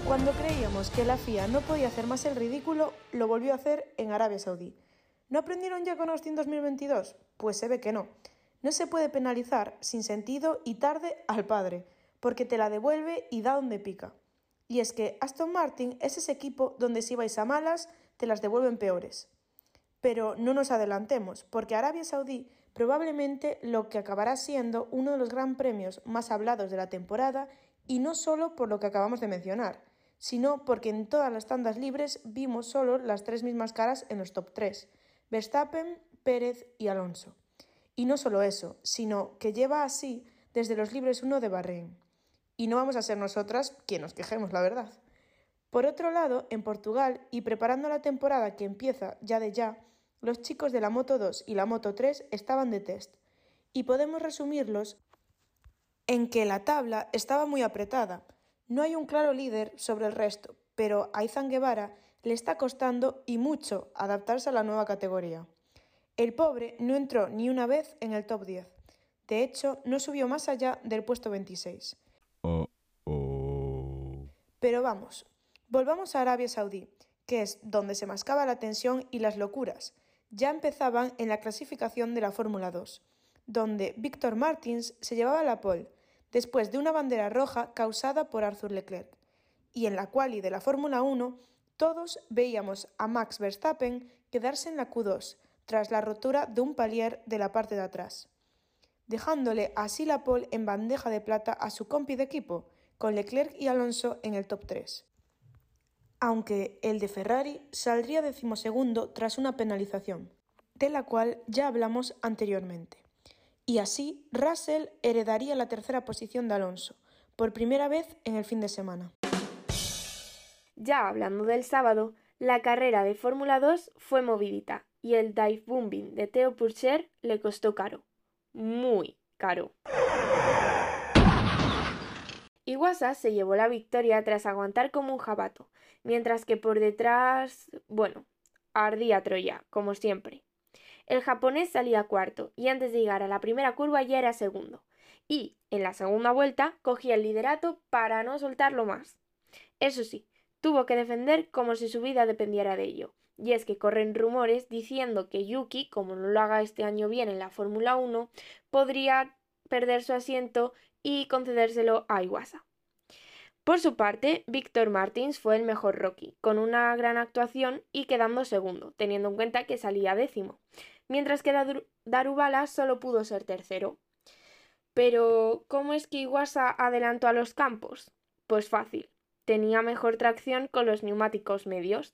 Cuando creíamos que la FIA no podía hacer más el ridículo, lo volvió a hacer en Arabia Saudí. ¿No aprendieron ya con Austin 2022? Pues se ve que no. No se puede penalizar sin sentido y tarde al padre, porque te la devuelve y da donde pica. Y es que Aston Martin es ese equipo donde si vais a malas, te las devuelven peores. Pero no nos adelantemos, porque Arabia Saudí probablemente lo que acabará siendo uno de los gran premios más hablados de la temporada, y no solo por lo que acabamos de mencionar, sino porque en todas las tandas libres vimos solo las tres mismas caras en los top 3, Verstappen, Pérez y Alonso. Y no solo eso, sino que lleva así desde los libres 1 de Bahrein. Y no vamos a ser nosotras quien nos quejemos, la verdad. Por otro lado, en Portugal, y preparando la temporada que empieza ya de ya, los chicos de la Moto 2 y la Moto 3 estaban de test, y podemos resumirlos en que la tabla estaba muy apretada. No hay un claro líder sobre el resto, pero a Izan Guevara le está costando y mucho adaptarse a la nueva categoría. El pobre no entró ni una vez en el top 10. De hecho, no subió más allá del puesto 26. Pero vamos, volvamos a Arabia Saudí, que es donde se mascaba la tensión y las locuras. Ya empezaban en la clasificación de la Fórmula 2, donde Víctor Martins se llevaba la pole, después de una bandera roja causada por Arthur Leclerc, y en la quali de la Fórmula 1 todos veíamos a Max Verstappen quedarse en la Q2 tras la rotura de un palier de la parte de atrás, dejándole así la pole en bandeja de plata a su compi de equipo, con Leclerc y Alonso en el top 3. Aunque el de Ferrari saldría 12º tras una penalización, de la cual ya hablamos anteriormente. Y así, Russell heredaría la tercera posición de Alonso, por primera vez en el fin de semana. Ya hablando del sábado, la carrera de Fórmula 2 fue movidita y el dive bombing de Theo Pourchaire le costó caro. Muy caro. Iwasa se llevó la victoria tras aguantar como un jabato, mientras que por detrás, ardía Troya, como siempre. El japonés salía cuarto y antes de llegar a la primera curva ya era segundo. Y, en la segunda vuelta, cogía el liderato para no soltarlo más. Eso sí, tuvo que defender como si su vida dependiera de ello. Y es que corren rumores diciendo que Yuki, como no lo haga este año bien en la Fórmula 1, podría perder su asiento y concedérselo a Iwasa. Por su parte, Víctor Martins fue el mejor rookie, con una gran actuación y quedando segundo, teniendo en cuenta que salía 10º, mientras que Daru Bala solo pudo ser tercero. Pero, ¿cómo es que Iwasa adelantó a los campos? Pues fácil, tenía mejor tracción con los neumáticos medios.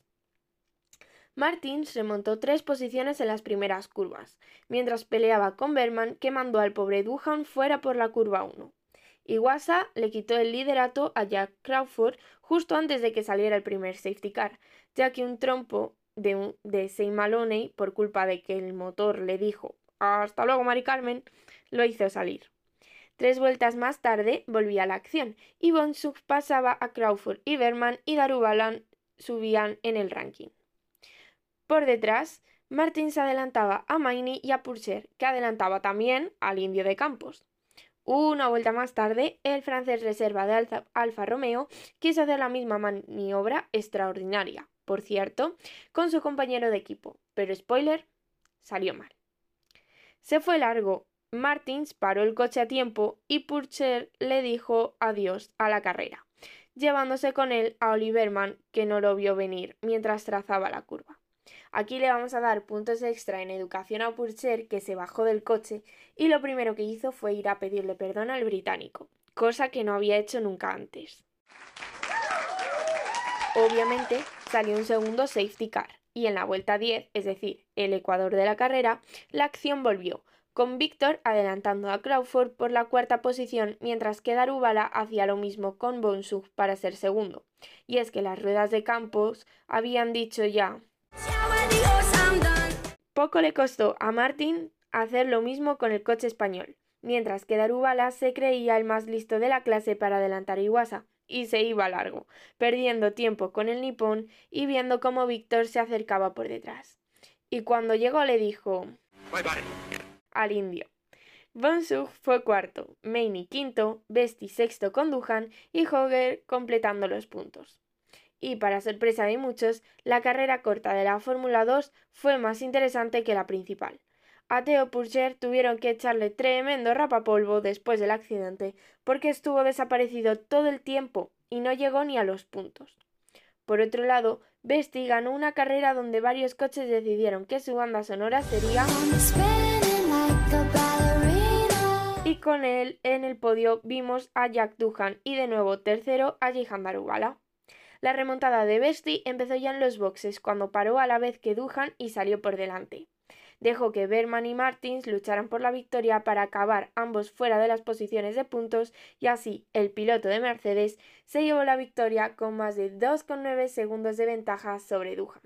Martins remontó 3 posiciones en las primeras curvas, mientras peleaba con Berman, que mandó al pobre Doohan fuera por la curva 1. Iwasa le quitó el liderato a Jack Crawford justo antes de que saliera el primer safety car, ya que un trompo de Shane Maloney, por culpa de que el motor le dijo «Hasta luego, Mari Carmen», lo hizo salir. 3 vueltas más tarde volvía la acción y Bonsuk pasaba a Crawford y Berman y Daru Bala subían en el ranking. Por detrás, Martins adelantaba a Maini y a Pourchaire, que adelantaba también al indio de Campos. Una vuelta más tarde, el francés reserva de Alfa Romeo quiso hacer la misma maniobra extraordinaria, por cierto, con su compañero de equipo, pero spoiler, salió mal. Se fue largo, Martins paró el coche a tiempo y Pourchaire le dijo adiós a la carrera, llevándose con él a Oliverman, que no lo vio venir mientras trazaba la curva. Aquí le vamos a dar puntos extra en educación a Pourchaire, que se bajó del coche y lo primero que hizo fue ir a pedirle perdón al británico, cosa que no había hecho nunca antes. Obviamente salió un segundo safety car y en la vuelta 10, es decir, el ecuador de la carrera, la acción volvió, con Víctor adelantando a Crawford por la cuarta posición, mientras que Daru Bala hacía lo mismo con Bonsuk para ser segundo. Y es que las ruedas de Campos habían dicho ya. Poco le costó a Martin hacer lo mismo con el coche español, mientras que Daru Bala se creía el más listo de la clase para adelantar a Iwasa, y se iba largo, perdiendo tiempo con el nipón y viendo cómo Víctor se acercaba por detrás. Y cuando llegó le dijo bye bye al indio. Bonsuk fue cuarto, Maini quinto, Besti sexto con Doohan y Hogger completando los puntos. Y, para sorpresa de muchos, la carrera corta de la Fórmula 2 fue más interesante que la principal. A Theo Pourchaire tuvieron que echarle tremendo rapapolvo después del accidente porque estuvo desaparecido todo el tiempo y no llegó ni a los puntos. Por otro lado, Vesti ganó una carrera donde varios coches decidieron que su banda sonora sería... Y con él en el podio vimos a Jack Doohan y de nuevo tercero a Jehan Daruvala. La remontada de Vesti empezó ya en los boxes cuando paró a la vez que Doohan y salió por delante. Dejó que Bergman y Martins lucharan por la victoria para acabar ambos fuera de las posiciones de puntos y así el piloto de Mercedes se llevó la victoria con más de 2,9 segundos de ventaja sobre Doohan.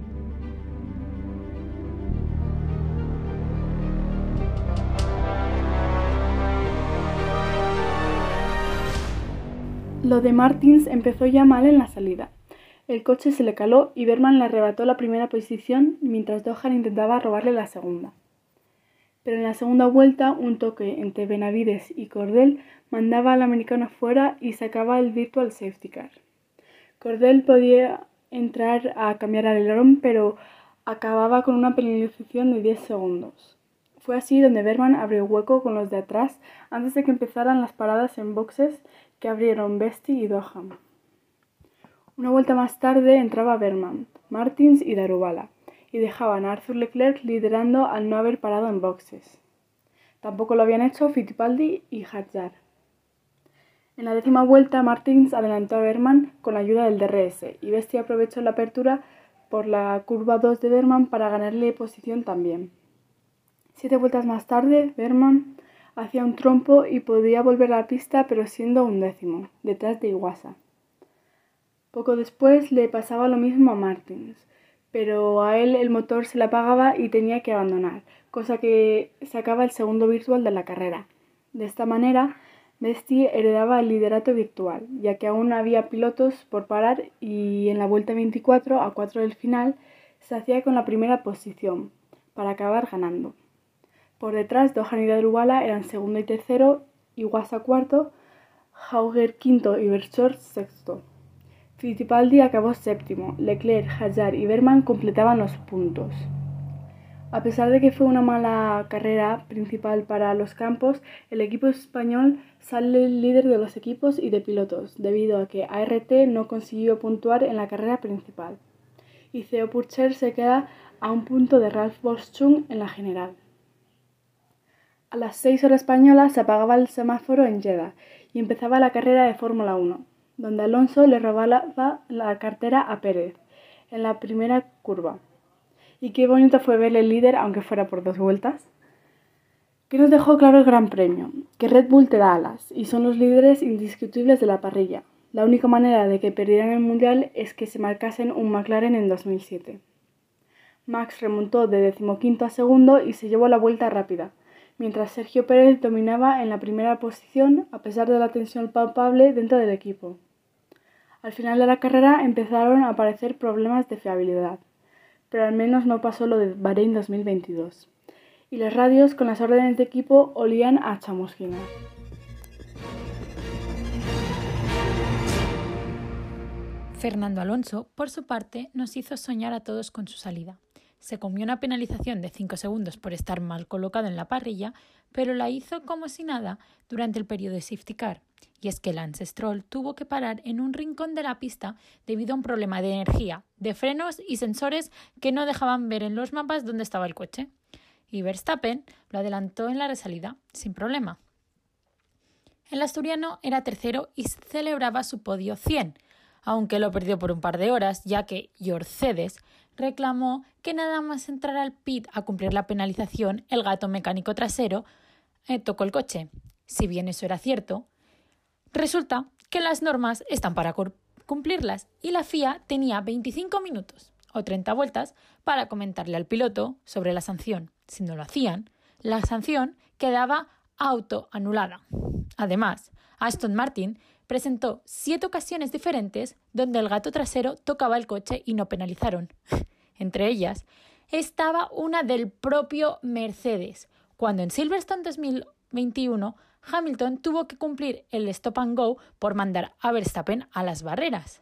Lo de Martins empezó ya mal en la salida. El coche se le caló y Bergman le arrebató la primera posición mientras Doohan intentaba robarle la segunda. Pero en la segunda vuelta, un toque entre Benavides y Cordell mandaba al americano fuera y sacaba el virtual safety car. Cordell podía entrar a cambiar el alerón, pero acababa con una penalización de 10 segundos. Fue así donde Bergman abrió hueco con los de atrás antes de que empezaran las paradas en boxes que abrieron Vesti y Doohan. Una vuelta más tarde entraba Bergman, Martins y Daruvala, y dejaban a Arthur Leclerc liderando al no haber parado en boxes. Tampoco lo habían hecho Fittipaldi y Hadjar. En la 10ª vuelta, Martins adelantó a Bergman con la ayuda del DRS, y Vesti aprovechó la apertura por la curva 2 de Bergman para ganarle posición también. 7 vueltas más tarde, Bergman hacía un trompo y podía volver a la pista, pero siendo un 10º, detrás de Iwasa. Poco después le pasaba lo mismo a Martins, pero a él el motor se le apagaba y tenía que abandonar, cosa que sacaba el segundo virtual de la carrera. De esta manera, Vesti heredaba el liderato virtual, ya que aún había pilotos por parar y en la vuelta 24, a 4 del final, se hacía con la primera posición, para acabar ganando. Por detrás, Doohan y Daruvala eran segundo y tercero, Iwasa cuarto, Hauger quinto y Berchort sexto. Fittipaldi acabó séptimo, Leclerc, Hadjar y Bergman completaban los puntos. A pesar de que fue una mala carrera principal para los campos, el equipo español sale líder de los equipos y de pilotos, debido a que ART no consiguió puntuar en la carrera principal. Y Theo Pourchaire se queda a un punto de Ralf Boschung en la general. A las 6 horas españolas se apagaba el semáforo en Jeddah y empezaba la carrera de Fórmula 1, donde Alonso le robaba la cartera a Pérez en la primera curva. Y qué bonito fue ver el líder, aunque fuera por 2 vueltas. ¿Qué nos dejó claro el Gran Premio? Que Red Bull te da alas y son los líderes indiscutibles de la parrilla. La única manera de que perdieran el Mundial es que se marcasen un McLaren en 2007. Max remontó de 15º a segundo y se llevó la vuelta rápida, mientras Sergio Pérez dominaba en la primera posición a pesar de la tensión palpable dentro del equipo. Al final de la carrera empezaron a aparecer problemas de fiabilidad, pero al menos no pasó lo de Bahrein 2022, y las radios con las órdenes de equipo olían a chamusquina. Fernando Alonso, por su parte, nos hizo soñar a todos con su salida. Se comió una penalización de 5 segundos por estar mal colocado en la parrilla, pero la hizo como si nada durante el periodo de safety car. Y es que Lance Stroll tuvo que parar en un rincón de la pista debido a un problema de energía, de frenos y sensores que no dejaban ver en los mapas dónde estaba el coche. Y Verstappen lo adelantó en la resalida, sin problema. El asturiano era tercero y celebraba su podio 100, aunque lo perdió por un par de horas, ya que Yorcedes reclamó que nada más entrar al pit a cumplir la penalización, el gato mecánico trasero tocó el coche. Si bien eso era cierto, resulta que las normas están para cumplirlas y la FIA tenía 25 minutos o 30 vueltas para comentarle al piloto sobre la sanción. Si no lo hacían, la sanción quedaba autoanulada. Además, Aston Martin presentó 7 ocasiones diferentes donde el gato trasero tocaba el coche y no penalizaron. Entre ellas estaba una del propio Mercedes, cuando en Silverstone 2021 Hamilton tuvo que cumplir el stop and go por mandar a Verstappen a las barreras.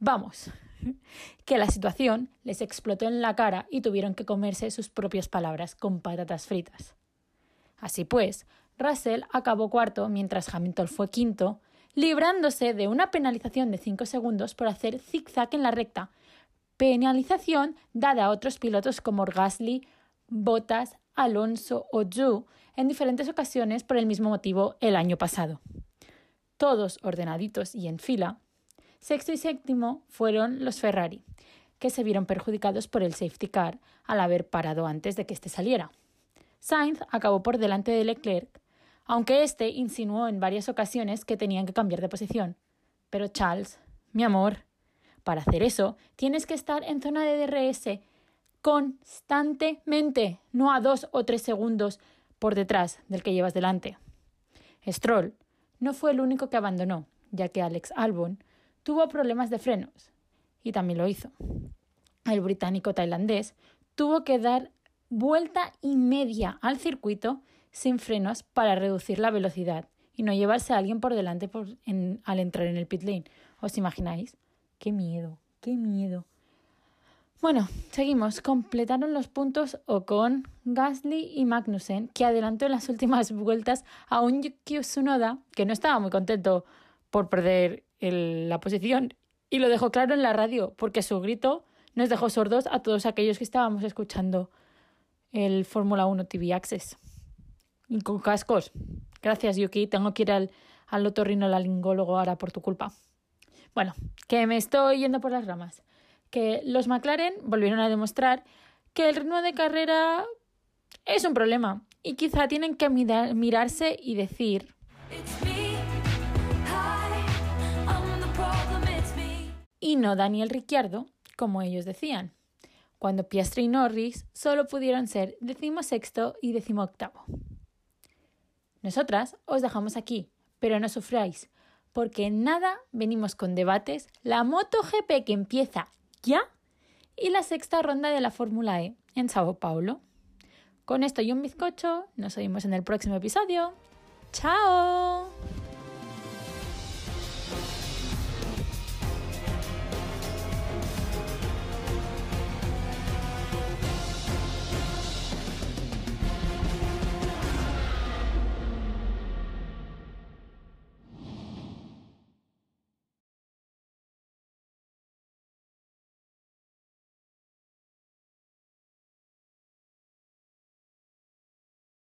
Vamos, que la situación les explotó en la cara y tuvieron que comerse sus propias palabras con patatas fritas. Así pues, Russell acabó cuarto mientras Hamilton fue quinto, librándose de una penalización de 5 segundos por hacer zig-zag en la recta, penalización dada a otros pilotos como Gasly, Bottas, Alonso o Zhou en diferentes ocasiones por el mismo motivo el año pasado. Todos ordenaditos y en fila. Sexto y séptimo fueron los Ferrari, que se vieron perjudicados por el safety car al haber parado antes de que éste saliera. Sainz acabó por delante de Leclerc, aunque éste insinuó en varias ocasiones que tenían que cambiar de posición. Pero Charles, mi amor, para hacer eso tienes que estar en zona de DRS constantemente, no a 2 o 3 segundos por detrás del que llevas delante. Stroll no fue el único que abandonó, ya que Alex Albon tuvo problemas de frenos, y también lo hizo. El británico tailandés tuvo que dar vuelta y media al circuito sin frenos para reducir la velocidad y no llevarse a alguien por delante al entrar en el pit lane. ¿Os imagináis? ¡Qué miedo! ¡Qué miedo! Bueno, seguimos. Completaron los puntos Ocon, Gasly y Magnussen, que adelantó en las últimas vueltas a un Yuki Tsunoda, que no estaba muy contento por perder la posición, y lo dejó claro en la radio, porque su grito nos dejó sordos a todos aquellos que estábamos escuchando el Fórmula 1 TV Access. Y con cascos. Gracias, Yuki. Tengo que ir al otorrinolaringólogo ahora por tu culpa. Bueno, que me estoy yendo por las ramas. Que los McLaren volvieron a demostrar que el ritmo de carrera es un problema y quizá tienen que mirarse y decir y no Daniel Ricciardo, como ellos decían, cuando Piastri y Norris solo pudieron ser 16º y 18º. Nosotras os dejamos aquí, pero no sufráis, porque en nada venimos con debates, la MotoGP que empieza ya y la sexta ronda de la Fórmula E en Sao Paulo. Con esto y un bizcocho, nos oímos en el próximo episodio. ¡Chao!